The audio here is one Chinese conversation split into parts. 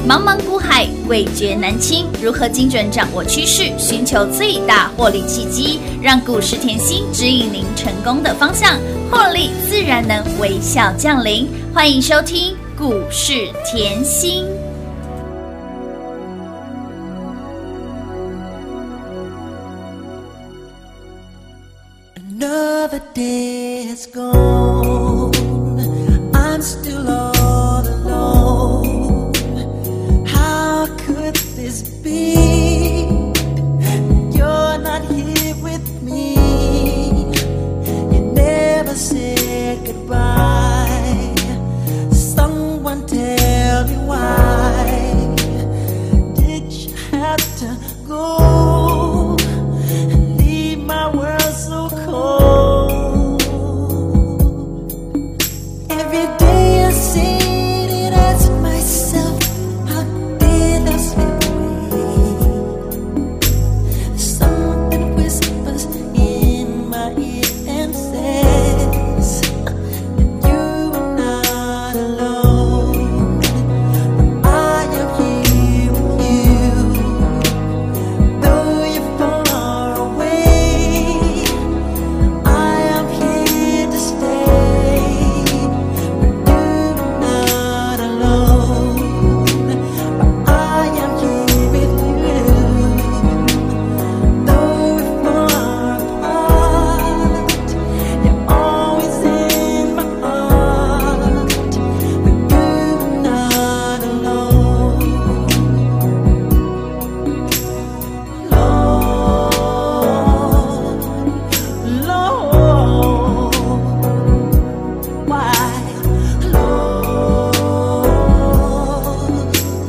茫茫股海，味觉难清。如何精准掌握趋势，寻求最大获利契机，让股市甜心指引您成功的方向，获利自然能微笑降临。欢迎收听股市甜心。 Another day has gone. I'm still all alone. How could this be? You're not here with me. You never said goodbye. Someone tell me why did you have to go and leave my world so cold? Every day I sit and ask myself, how did I slip away? Something whispers in my ear and says that you are not alone. I am here with you, though you're far away. I am here to stay, but you're not alone. I am here with you, though we're far apart. You're always in my heart, but you're not alone. Lord, why, Lord?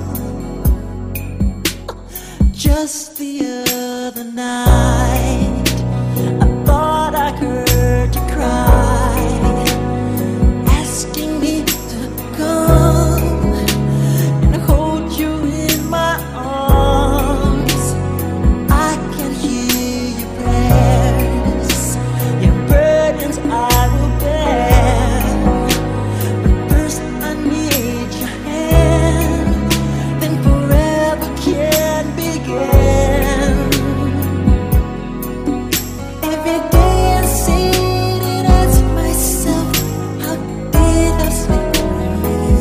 Just the other night, I thought I heard you cry, asking me to come and hold you in my arms. I can hear your prayers, your burdens I will bear. But first I need your hand, then forever can begin. Every day I sit and ask myself, how did I slip away?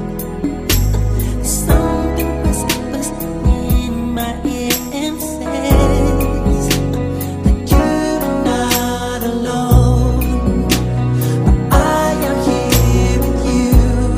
Something whispers in my ear and says that you're not alone. I am here with you,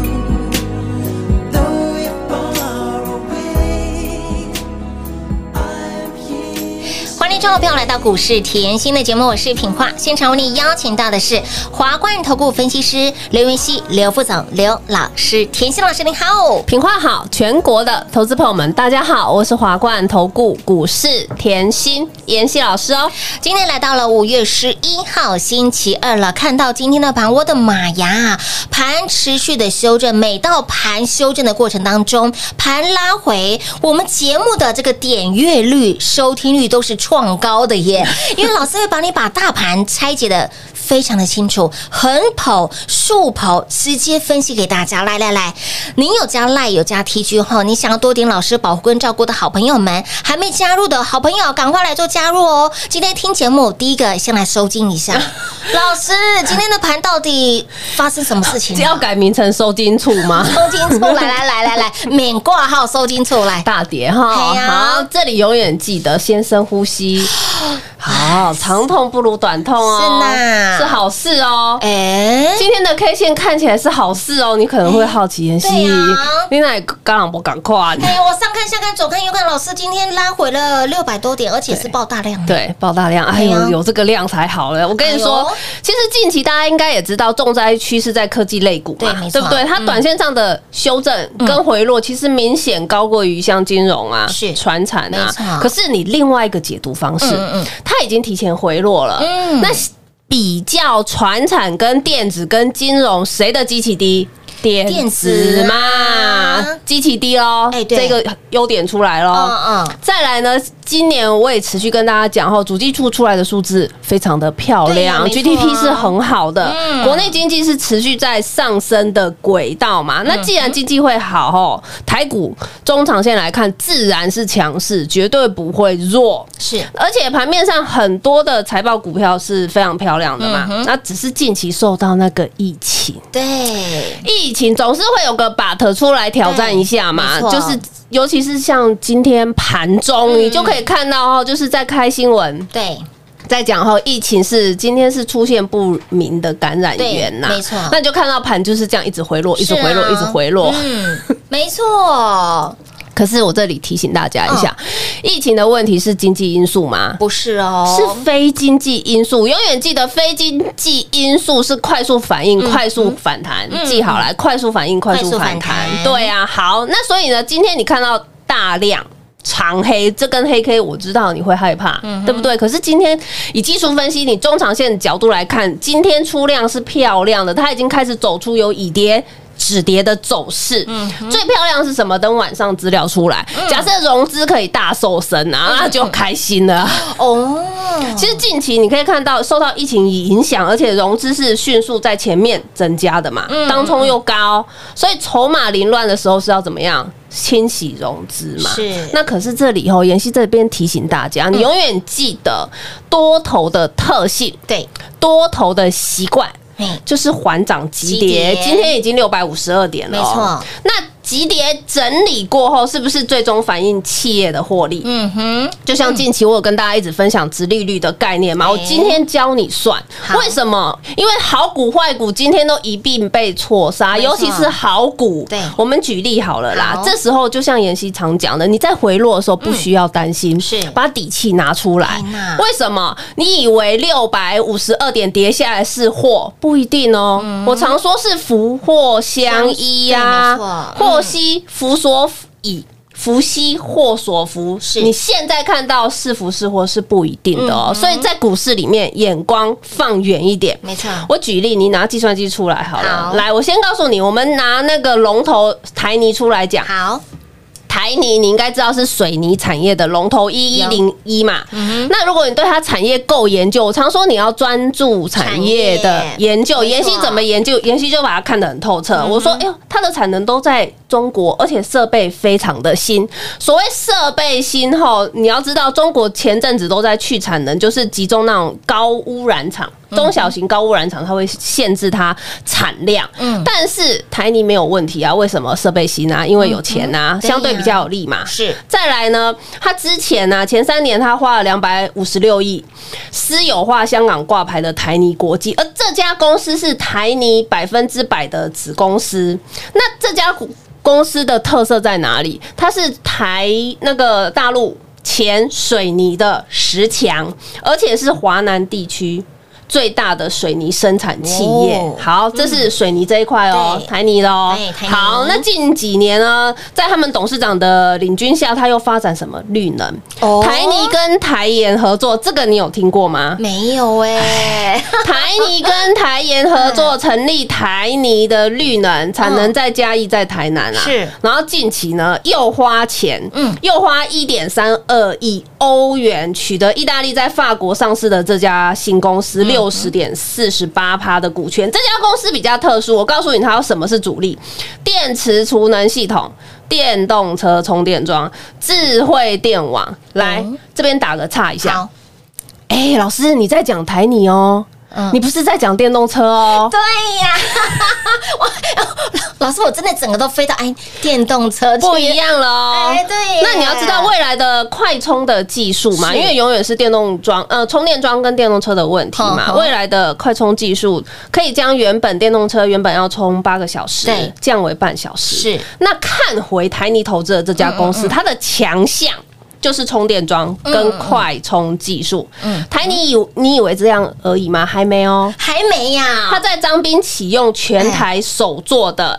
though you're far away. I am here. 欢迎众朋友来到股市甜心的节目，我是品化。现场为你邀请到的是华冠投顾分析师刘元熙、刘副总、刘老师。甜心老师您好。 品话好，全国的投资朋友们，大家好，我是华冠投顾股市甜心妍希老师哦。 今天来到了5月11号星期二了，看到今天的盘，我的妈呀，盘持续的修正，每到盘修正的过程当中，盘拉回，我们节目的这个点阅率、收听率都是创高的耶，因为老师会把你把大盘拆解的非常的清楚，横跑、竖跑，直接分析给大家。来，您有加 LINE 有加 TG 后，你想要多点老师保护跟照顾的好朋友们，还没加入的好朋友，赶快来做加入哦！今天听节目，第一个先来收金一下。老师，今天的盘到底发生什么事情？ 要改名成收金处吗？ 收金处，来，免挂号收金处来。 大跌哈，好，这里永远记得先深呼吸。好，长痛不如短痛哦， 是呐， 是好事哦。今天的 K 线看起来是好事哦，你可能会好奇妍希，你哪刚好不赶快？ 我上看下看左看右看，老师今天拉回了600多点，而且是爆大量。 对，爆大量，哎呦，有这个量才好了。我跟你说，其实近期大家应该也知道，重灾区是在科技类股嘛，对不对？它短线上的修正跟回落，其实明显高过于像金融啊、传产啊。可是你另外一个解读方式，它已经提前回落了。那比较传产跟电子跟金融，谁的基期低？ 电子嘛，基期低咯，这个优点出来咯。再来呢，今年我也持续跟大家讲后，主计处出来的数字非常的漂亮，GDP 是很好的，国内经济是持续在上升的轨道嘛。那既然经济会好吼，台股中长线来看，自然是强势，绝对不会弱。是，而且盘面上很多的财报股票是非常漂亮的嘛。那只是近期受到那个疫情， 对， 疫情总是会有个 but 出来挑战一下嘛，就是尤其是像今天盘中，你就可以看到哦，就是在开新闻， 对。 在讲后，疫情是今天是出现不明的感染源呐， 没错， 那你就看到盘就是这样一直回落，一直回落，一直回落， 没错。 可是我这里提醒大家一下，疫情的问题是经济因素吗？ 不是哦， 是非经济因素。永远记得，非经济因素是快速反应、快速反弹。记好来，快速反应、快速反弹。对啊，好，那所以呢，今天你看到大量长黑，这根黑 K 我知道你会害怕，对不对？可是今天以技术分析，你中长线角度来看，今天出量是漂亮的，它已经开始走出有以跌止跌的走势。最漂亮是什么？等晚上资料出来，假设融资可以大瘦身啊，那就开心了哦。其实近期你可以看到，受到疫情影响，而且融资是迅速在前面增加的嘛，当冲又高，所以筹码凌乱的时候是要怎么样？清洗融资嘛。是。那可是这里后，妍希这边提醒大家，你永远记得多头的特性，对，多头的习惯。就是缓涨急跌，今天已经652点了，没错。那急跌整理过后，是不是最终反映企业的获利？就像近期我有跟大家一直分享殖利率的概念嘛，我今天教你算，为什么？因为好股坏股今天都一并被错杀，尤其是好股。对，我们举例好了啦，这时候就像妍希常讲的，你在回落的时候不需要担心，是把底气拿出来。为什么？你以为652点跌下来是祸？不一定哦。我常说是福祸相依呀，祸兮福所倚，福兮祸所伏。你现在看到是福是祸是不一定的哦，所以在股市里面眼光放远一点。没错，我举例，你拿计算机出来好了。来，我先告诉你，我们拿那个龙头台泥出来讲。好。台泥你应该知道是水泥产业的龙头1101嘛，那如果你对它产业够研究，我常说你要专注产业的研究。妍希怎么研究？妍希就把它看得很透彻。我说，哎呦，它的产能都在中国，而且设备非常的新。所谓设备新后，你要知道中国前阵子都在去产能，就是集中那种高污染厂。中小型高污染厂它会限制它产量，但是台泥没有问题啊？为什么？设备新啊，因为有钱啊，相对比较有利嘛。是。再来呢，它之前啊，前3年它花了256亿私有化香港挂牌的台泥国际，而这家公司是台泥100%的子公司。那这家公司的特色在哪里？它是那个大陆前水泥的10强，而且是华南地区最大的水泥生产企业。好，这是水泥这一块哦，台泥的哦。好，那近几年呢，在他们董事长的领军下，他又发展什么绿能？台泥跟台盐合作，这个你有听过吗？没有哎。台泥跟台盐合作，成立台泥的绿能产能在嘉义，在台南啊。是。然后近期呢，又花钱，又花1.32亿欧元，取得意大利在法国上市的这家新公司60.48%的股权。这家公司比较特殊，我告诉你它有什么是主力：电池储能系统、电动车充电桩、智慧电网。来，这边打个岔一下。哎，老师你在讲台泥哦。你不是在讲电动车哦？对呀， 老师，我真的整个都飞到电动车不一样了哦。 对， 那你要知道未来的快充的技术嘛，因为永远是电动桩充电桩跟电动车的问题嘛。未来的快充技术可以将原本电动车原本要充8个小时，降为半小时。是，那看回台泥投资的这家公司，它的强项就是充电桩跟快充技术。台泥你以为这样而已吗？还没哦， 还没呀。 它在彰滨启用全台首座的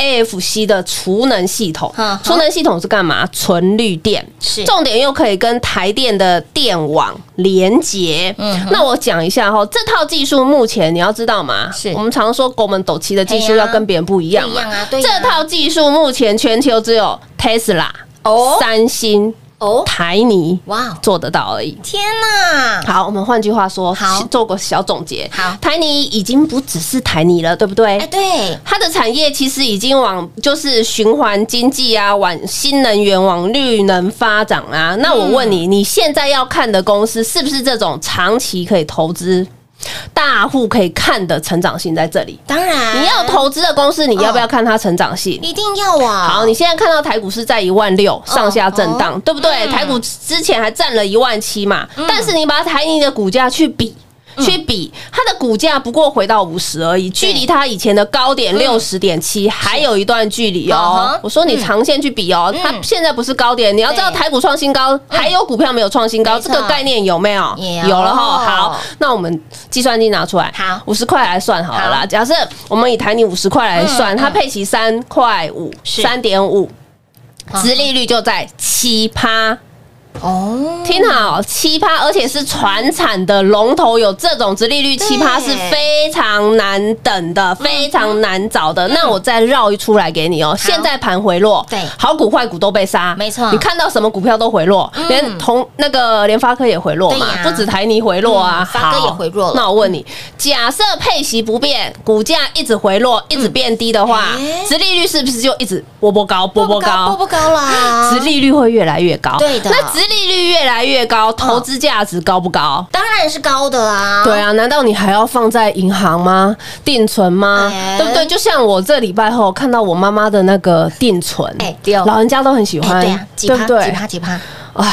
AFC 的储能系统。储能系统是干嘛？纯绿电，是重点又可以跟台电的电网连结。那我讲一下这套技术目前你要知道吗？是我们常说狗们斗气的技术要跟别人不一样嘛。这套技术目前全球只有 Tesla、三星、台泥做得到而已。天哪！好，我们换句话说，做个小总结。好，台泥已经不只是台泥了，对不对？对，它的产业其实已经往就是循环经济啊，往新能源、往绿能发展啊。那我问你，你现在要看的公司是不是这种长期可以投资？大户可以看的成长性在这里，当然你要投资的公司，你要不要看它成长性？一定要啊！好，你现在看到台股是在16000上下震荡，对不对？台股之前还占了17000嘛，但是你把台泥的股价去比，它的股价不过回到50而已，距离它以前的高点60.7还有一段距离哦。我说你长线去比哦，它现在不是高点，你要知道台股创新高，还有股票没有创新高，这个概念有没有？有了哈。好，那我们计算机拿出来，好，50块来算好了啦。假设我们以台泥50块来算，它配息3.5块，3.5，殖利率就在7%。听好，7%，而且是传产的龙头，有这种殖利率7%是非常难等的，非常难找的。那我再绕一出来给你哦。现在盘回落，对，好股坏股都被杀，没错。你看到什么股票都回落，连联发科也回落嘛，不止台泥回落啊，发科也回落了。那我问你，假设配息不变，股价一直回落，一直变低的话，殖利率是不是就一直波高啦？殖利率会越来越高，对的。那殖利率越来越高，投资价值高不高？当然是高的啊！对啊，难道你还要放在银行吗？定存吗？对不对？就像我这礼拜后看到我妈妈的那个定存，老人家都很喜欢，对不对？几趴？哎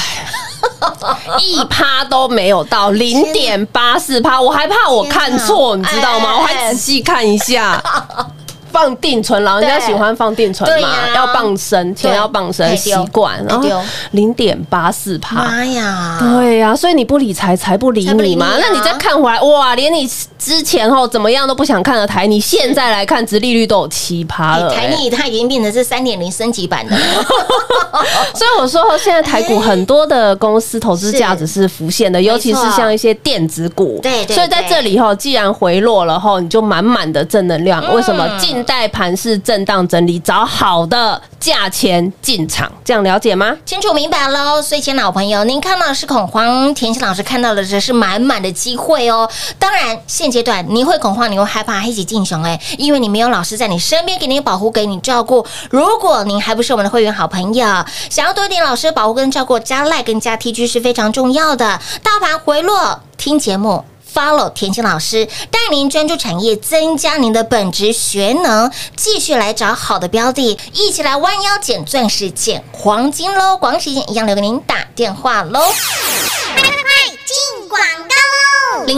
，1%都没有到，0.84%，我还怕我看错，你知道吗？我还仔细看一下。放定存，老人家喜欢放定存嘛，要傍身，钱要傍身习惯，然后0.84%，妈呀，对呀，所以你不理财，财不理你嘛。那你再看回来，哇，连你之前怎么样都不想看的台泥，现在来看，殖利率都有7%了。台泥它已经变成是3.0升级版的了。所以我说，现在台股很多的公司投资价值是浮现的，尤其是像一些电子股。对，所以在这里既然回落了你就满满的正能量。为什么？近代盘势震荡整理，找好的价钱进场，这样了解吗？清楚明白喽。所以，亲爱的好朋友，您看到的是恐慌，甜心老师看到的这是满满的机会哦。当然，现阶段你会恐慌，你会害怕，黑起进熊因为你没有老师在你身边给你保护，给你照顾。如果您还不是我们的会员好朋友，想要多一点老师的保护跟照顾，加赖跟加 TG 是非常重要的。大盘回落，听节目。Follow 甜心老师带您专注产业，增加您的本职学能，继续来找好的标的，一起来弯腰捡钻石、捡黄金喽！广告时间一样留给您打电话喽。快进广告喽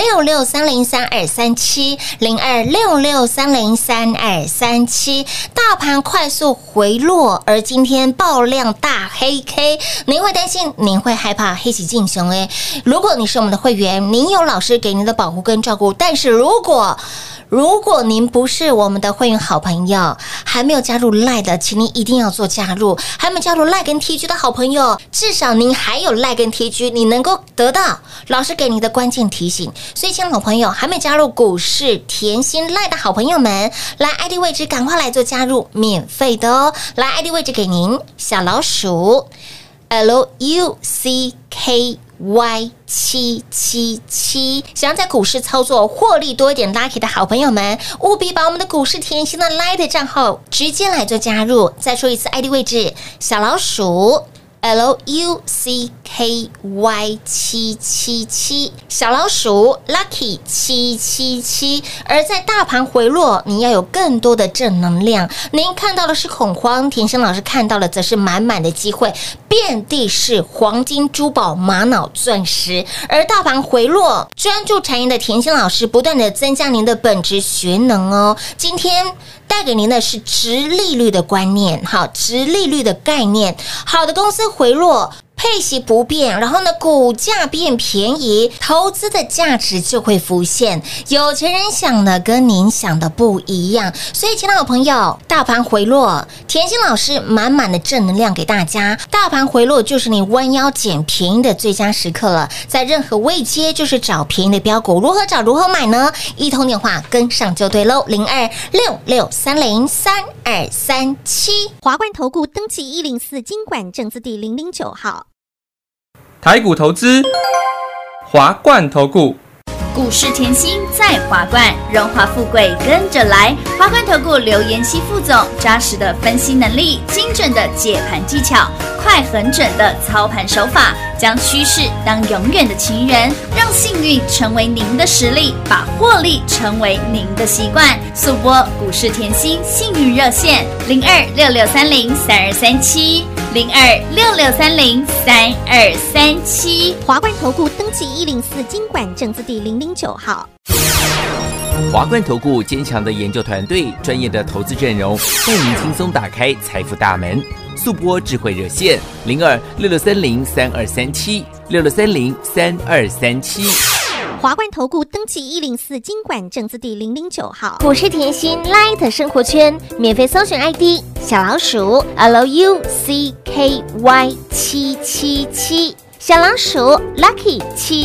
！0266303237，0266303237，大盘快速回落，而今天爆量大黑 K， 您会担心，您会害怕黑起进熊如果你是我们的会员，您有老师给您的保护跟照顾，但是如果您不是我们的会员好朋友，还没有加入 LINE 的，请您一定要做加入。还没有加入 LINE 跟 TG 的好朋友，至少您还有 LINE 跟 TG， 你能够得到老师给你的关键提醒。所以，亲爱的好朋友，还没加入股市甜心 LINE 的好朋友们，来 ID 位置赶快来做加入，免费的哦。来 ID 位置给您，小老鼠 LUCKY777，想要在股市操作获利多一点 lucky 的好朋友们，务必把我们的股市甜心的 LINE 账号直接来做加入。再说一次 ID 位置，小老鼠LUCKY777，小老鼠 Lucky 777。而在大盘回落，你要有更多的正能量。您看到的是恐慌，甜心老师看到的则是满满的机会，遍地是黄金、珠宝、玛瑙、钻石。而大盘回落，专注产业的甜心老师不断的增加您的本职学能哦。今天带给您的是殖利率的观念，好，殖利率的概念。好的公司回落， 配息不变，然后呢，股价变便宜，投资的价值就会浮现。有钱人想的跟您想的不一样，所以，亲爱的朋友，大盘回落，甜心老师满满的正能量给大家。大盘回落就是你弯腰捡便宜的最佳时刻了，在任何位阶就是找便宜的标股，如何找，如何买呢？一通电话跟上就对喽，0266303237。 华冠投顾登记104金管证字第009号。 台股投资，华冠投顾。 股市甜心在华冠，荣华富贵跟着来。华冠投顾刘妍希副总，扎实的分析能力，精准的解盘技巧，快很准的操盘手法，将趋势当永远的情人，让幸运成为您的实力，把获利成为您的习惯。速播股市甜心幸运热线0266303237，0266303237。 华冠投顾登记104金管证字第009号。 华冠投顾坚强的研究团队，专业的投资阵容，带您轻松打开财富大门。速播智慧热线0266303237，66303237。 华冠投顾登记104金管证字第009号。 股市甜心 Light 生活圈免费搜寻 ID 小老鼠 LUCKY777，小老鼠 Lucky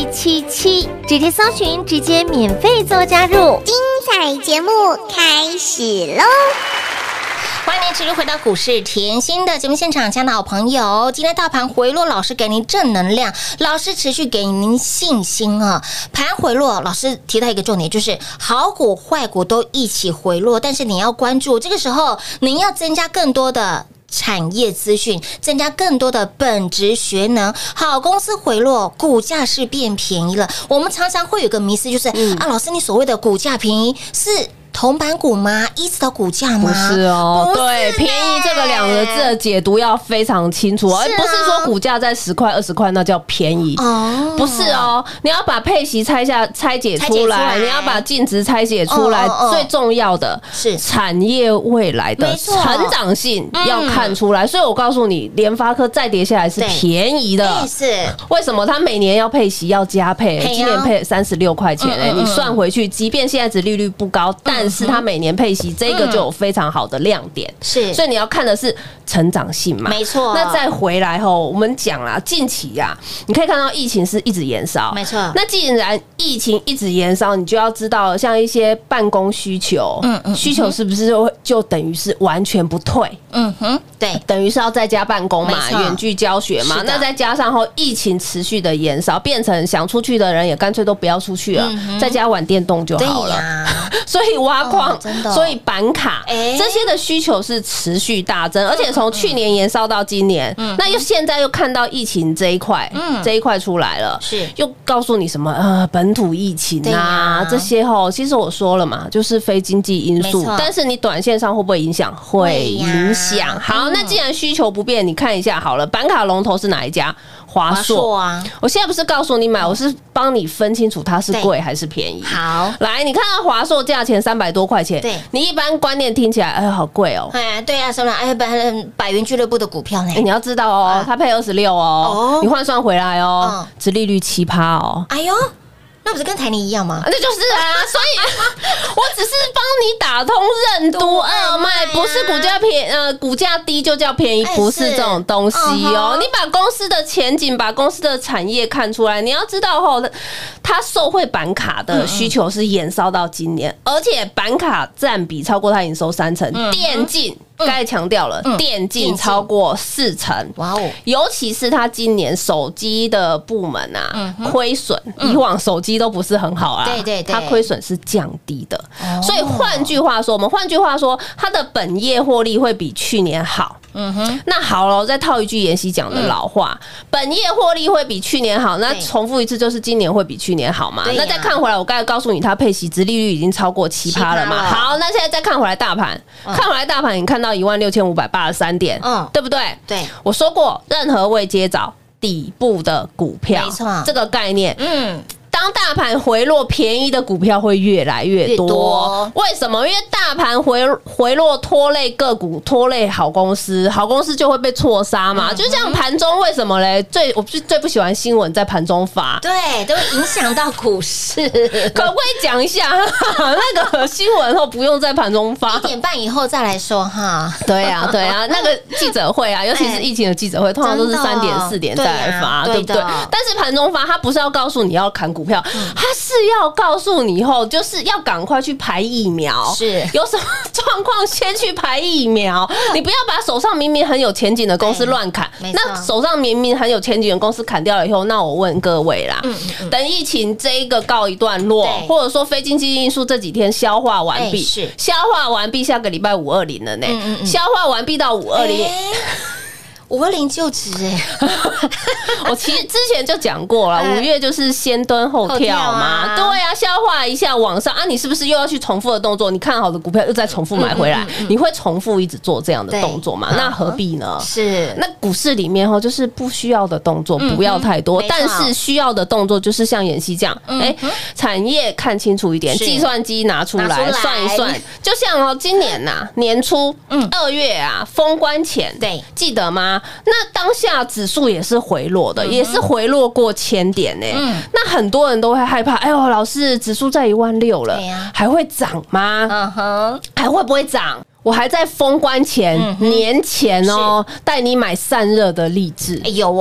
777，直接搜寻，直接免费做加入。 精彩节目开始喽！ 欢迎您持续回到股市甜心的节目现场，亲爱的好朋友，今天大盘回落，老师给您正能量，老师持续给您信心啊。盘回落，老师提到一个重点，就是好股坏股都一起回落，但是你要关注，这个时候您要增加更多的产业资讯，增加更多的本质学能。好公司回落，股价是变便宜了。我们常常会有个迷思，就是老师，你所谓的股价便宜是铜板股吗？一字头股价吗？ 不是哦， 不是对，便宜这个两个字的解读要非常清楚，而不是说股价在10块20块那叫便宜哦，不是哦，你要把配息拆解出来，你要把净值拆解出来，最重要的是产业未来的成长性要看出来。所以我告诉你，联发科再跌下来是便宜的， 是为什么？它每年要配息要加配，今年配36块钱你算回去，即便现在殖利率不高，但是它每年配息，这个就有非常好的亮点，是，所以你要看的是成长性嘛，没错。那再回来后，我们讲啦，近期呀，你可以看到疫情是一直延烧，没错。那既然疫情一直延烧，你就要知道，像一些办公需求，需求是不是就等于是完全不退？对，等于是要在家办公嘛，远距教学嘛。那再加上后疫情持续的延烧，变成想出去的人也干脆都不要出去了，在家玩电动就好了。所以挖矿，所以板卡这些的需求是持续大增，而且从去年延烧到今年，那又现在又看到疫情这一块出来了，是又告诉你什么本土疫情啊这些其实我说了嘛，就是非经济因素，但是你短线上会不会影响？会影响。好，那既然需求不变，你看一下好了，板卡龙头是哪一家？华硕啊！我现在不是告诉你买，我是帮你分清楚它是贵还是便宜。好，来，你看到华硕价钱300多块钱，对，你一般观念听起来，好贵哦。对啊，什么百元俱乐部的股票呢？你要知道哦，它配26哦，你换算回来哦，殖利率7%哦。哎呦！那不是跟台泥一样吗？那就是啊，所以我只是帮你打通任督二脉，不是股价低就叫便宜，不是这种东西哦。你把公司的前景、把公司的产业看出来，你要知道它受惠板卡的需求是延烧到今年，而且板卡占比超过它营收30%，电竞。刚才强调了，电竞超过40%，哇哦！尤其是它今年手机的部门啊，亏损，以往手机都不是很好啊，对，它亏损是降低的，所以换句话说，它的本业获利会比去年好。那好了，再套一句妍希讲的老话，本业获利会比去年好，那重复一次就是今年会比去年好嘛？那再看回来，我刚才告诉你，它配息殖利率已经超过7%了嘛？好，那现在再看回来大盘，你看到16583点，对不对？对，我说过，任何位阶找底部的股票，没错，这个概念， 当大盘回落，便宜的股票会越来越多。为什么？因为大盘回落拖累个股，拖累好公司，好公司就会被错杀嘛。就像盘中为什么嘞？我最不喜欢新闻在盘中发， 对，都会影响到股市。 可不可以讲一下那个新闻后不用在盘中发 ？1点半以后再来说哈。 对啊，那个记者会啊，尤其是疫情的记者会，通常都是3点4点再来发，对不对？但是盘中发，它不是要告诉你要砍股票，它是要告诉你以后就是要赶快去排疫苗， 是有什么状况先去排疫苗，你不要把手上明明很有前景的公司乱砍，那手上明明很有前景的公司砍掉了以后，那我问各位啦，等疫情这一个告一段落，或者说非经济因素这几天消化完毕，消化完毕，下个礼拜520了呢，消化完毕到520。 520就职我其实之前就讲过了，5月就是先蹲后跳嘛，对啊，消化一下往上啊，你是不是又要去重复的动作？你看好的股票又再重复买回来，你会重复一直做这样的动作嘛？那何必呢？是，那股市里面就是不需要的动作不要太多，但是需要的动作就是像妍希这样，产业看清楚一点，计算机拿出来算一算，就像今年年初2月封关前，对，记得吗？那当下指数也是回落的，也是回落过1000点呢。那很多人都会害怕，哎呦，老师，指数在16000了，还会涨吗？还会不会涨？我还在封关前年前带你买散热的励志， 有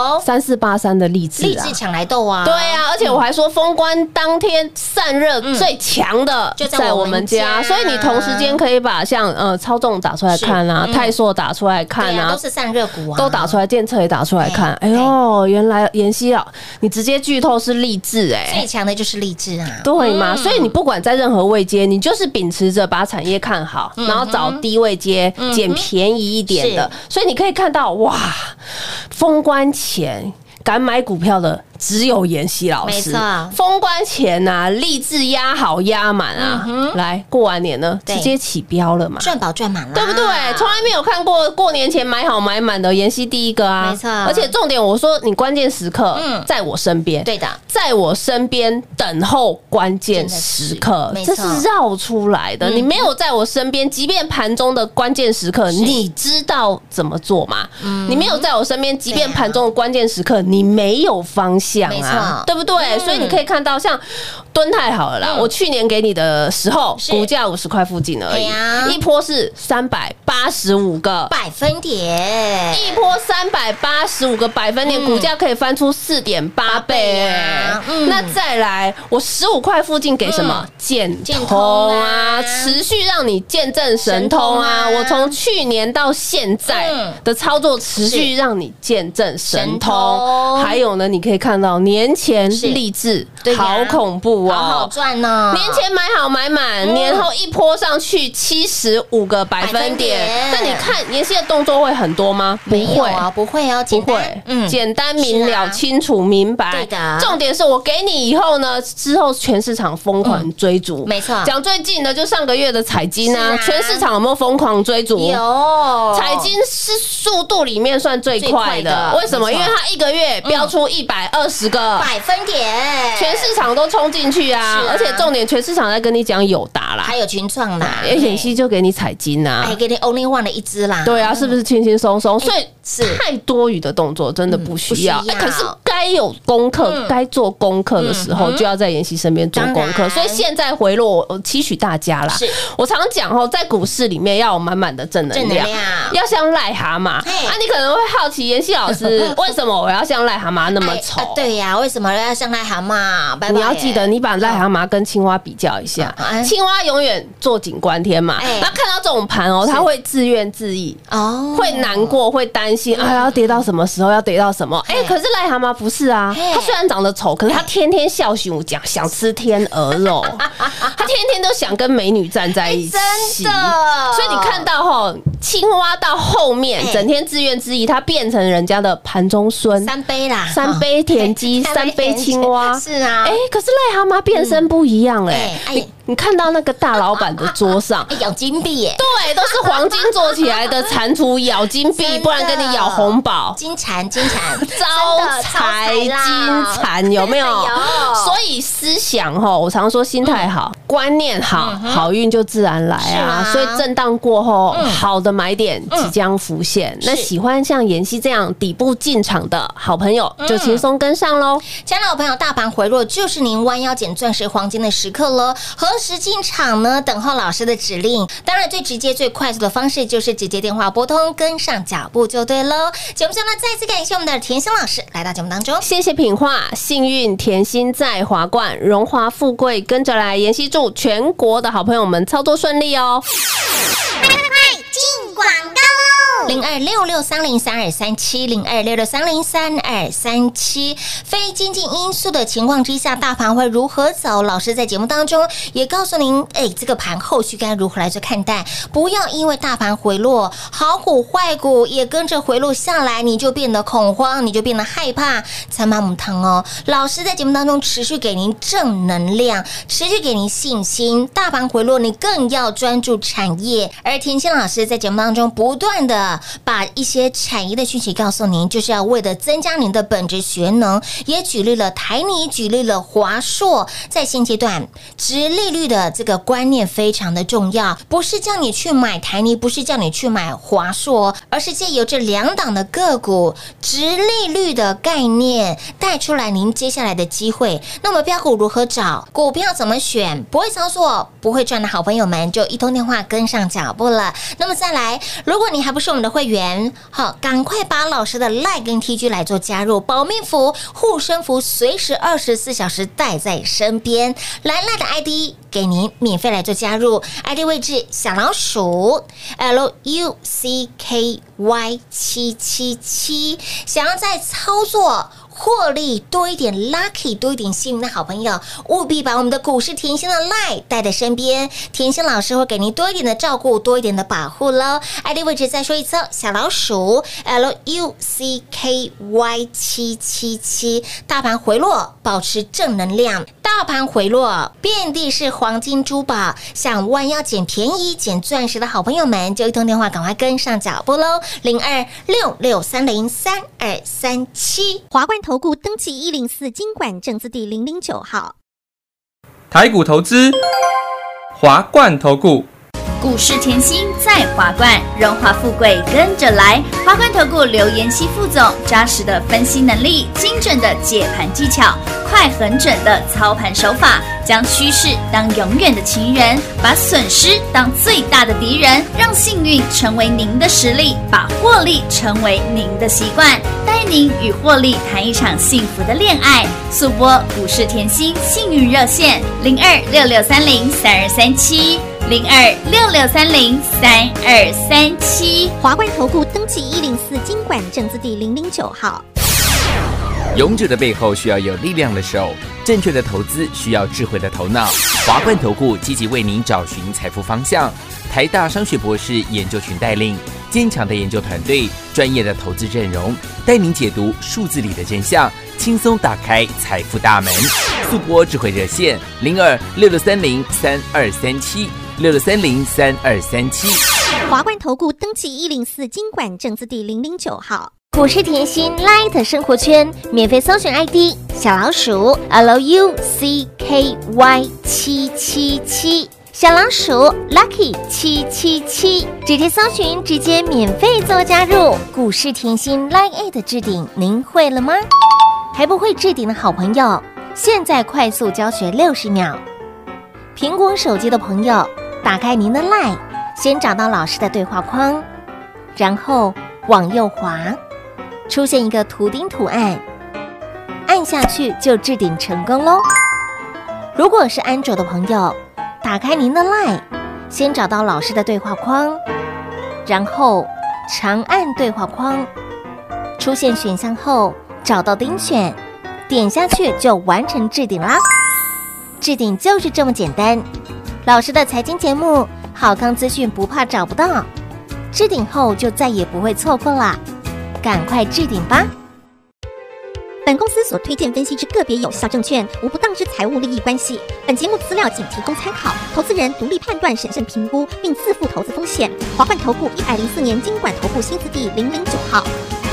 3483的励志， 励志抢来斗啊！ 对啊，而且我还说封关当天散热最强的就在我们家，所以你同时间可以把像超重打出来看啊，泰硕打出来看啊， 都是散热股啊， 都打出来，电测也打出来看。哎呦，原来妍希你直接剧透是励志最强的就是励志啊， 对嘛？所以你不管在任何位阶，你就是秉持着把产业看好，然后找低位阶捡便宜一点的，所以你可以看到哇，封关前敢买股票的只有妍希老师，没错。封关前励志压好压满来过完年呢，直接起标了嘛， 赚饱赚满了， 对不对？从来没有看过过年前买好买满的，妍希第一个啊，没错。而且重点，我说你关键时刻在我身边，对的，在我身边等候关键时刻，这是绕出来的。你没有在我身边，即便盘中的关键时刻，你知道怎么做吗？你没有在我身边，即便盘中的关键时刻，你没有方向啊，对不对？所以你可以看到，像敦泰好了啦，我去年给你的时候，股价50块附近而已，一波是385个百分点， 一波385个百分点，股价可以翻出4.8倍那再来，我15块附近给什么？建通啊，持续让你见证神通啊！我从去年到现在的操作，持续让你见证神通。还有呢，你可以看到年前励志好恐怖好好赚呢。 年前买好买满，年后一波上去75个百分点。那你看妍希的动作会很多吗？不会啊，不会啊， 不会，简单明了、清楚明白。对的，重点是我给你以后呢，之后全市场疯狂追逐。 没错， 讲最近的就上个月的彩金啊，全市场有没有疯狂追逐？ 有， 彩金是速度里面算最快的。为什么？因为它一个月标出120个百分点， 全市场都冲进去啊！而且重点，全市场在跟你讲友达啦， 还有群创啦， 妍希就给你彩金啦， 还给你 Only One 的一支啦。 对啊，是不是轻轻松松？所以太多余的动作真的不需要。可是该有功课、该做功课的时候，就要在妍希身边做功课。所以现在回落，我期许大家啦。我常讲在股市里面要有满满的正能量，要像癞蛤蟆啊！你可能会好奇，妍希老师为什么我要像癞蛤蟆那么丑？ 对呀，为什么要像癞蛤蟆？ 你要记得，你把癞蛤蟆跟青蛙比较一下，青蛙永远坐井观天嘛，那看到这种盘它会自怨自艾会难过，会担心，要跌到什么时候，要跌到什么？可是癞蛤蟆不是啊，它虽然长得丑，可是它天天笑熊讲想吃天鹅肉，它天天都想跟美女站在一起，真的。所以你看到青蛙到后面整天自怨自艾，它变成人家的盘中孙， 三杯啦， 三杯田鸡，三杯青蛙， 是啊。 可是癞蛤蟆变身不一样你看到那个大老板的桌上咬金币耶， 对，都是黄金做起来的蟾蜍咬金币，不然跟你咬红宝。 金蝉， 招财金蝉有没有？所以思想我常说心态好，观念好，好运就自然来啊。所以震荡过后，好的买点即将浮现。那喜欢像妍希这样底部进场的好朋友，就轻松跟上喽。 亲爱的好朋友，大盘回落就是您弯腰捡钻石黄金的时刻了。何时进场呢？等候老师的指令。当然，最直接、最快速的方式就是直接电话拨通，跟上脚步就对喽。节目上呢，再次感谢我们的甜心老师来到节目当中， 谢谢品画，幸运甜心在华冠，荣华富贵跟着来。妍希祝全国的好朋友们操作顺利哦。 进广告 0266303237，0266303237。非经济因素的情况之下，大盘会如何走？老师在节目当中也告诉您，这个盘后续该如何来做看待？不要因为大盘回落，好股坏股也跟着回落下来，你就变得恐慌，你就变得害怕，参马母汤哦。老师在节目当中持续给您正能量，持续给您信心。大盘回落，你更要专注产业。而甜心老师在节目当中不断的把一些产业的讯息告诉您，就是要为了增加您的本质学能，也举例了台泥，举例了华硕。在现阶段，殖利率的这个观念非常的重要，不是叫你去买台泥，不是叫你去买华硕，而是借由这两档的个股殖利率的概念带出来您接下来的机会。那么标股如何找？股票怎么选？不会操作、不会赚的好朋友们，就一通电话跟上脚步了。那么再来，如果你还不是我们的会员，好，赶快把老师的 LINE 跟 TG 来做加入，保命符、护身符随时24小时带在身边。来 LINE 的 ID 给您免费来做加入 ，ID 位置小老鼠 LUCKY777。想要在操作获利多一点 lucky 多一点幸运的好朋友，务必把我们的股市甜心的 LINE 带在身边，甜心老师会给您多一点的照顾，多一点的保护咯。 ID 位置再说一次，小老鼠 LUCKY777。大盘回落保持正能量，大盘回落遍地是黄金珠宝，想弯腰捡便宜捡钻石的好朋友们，就一通电话赶快跟上脚步咯。0266303237。 华冠投顾登记104金管证字第009号。 台股投资，华冠投顾。 股市甜心在华冠，荣华富贵跟着来。华冠投顾刘妍希副总，扎实的分析能力，精准的解盘技巧，快很准的操盘手法，将趋势当永远的情人，把损失当最大的敌人，让幸运成为您的实力，把获利成为您的习惯，带您与获利谈一场幸福的恋爱。速播股市甜心幸运热线0266303237。0266303237。 华冠投顾登记104金管证字第009号。 勇者的背后需要有力量的手，正确的投资需要智慧的头脑。华冠投顾积极为您找寻财富方向，台大商学博士研究群带领，坚强的研究团队，专业的投资阵容，带您解读数字里的真相，轻松打开财富大门。速播智慧热线0266303237，66303237。 华冠投顾登记104金管证字第009号。 股市甜心 Light 生活圈免费搜寻 ID 小老鼠 LUCKY777，小老鼠 Lucky 777，直接搜寻，直接免费做加入。股市甜心 Light 的置顶，您会了吗？还不会置顶的好朋友，现在快速教学60秒。苹果手机的朋友，打开您的 LINE， 先找到老师的对话框，然后往右滑，出现一个图钉图案，按下去就置顶成功咯。如果是安卓的朋友，打开您的 LINE， 先找到老师的对话框，然后长按对话框，出现选项后找到钉选，点下去就完成置顶啦。置顶就是这么简单，老师的财经节目好康资讯不怕找不到，置顶后就再也不会错过啦，赶快置顶吧。 本公司所推荐分析之个别有效证券，无不当之财务利益关系。本节目资料仅提供参考，投资人独立判断、审慎评估，并自负投资风险。华冠投顾104年金管投顾新字第009号。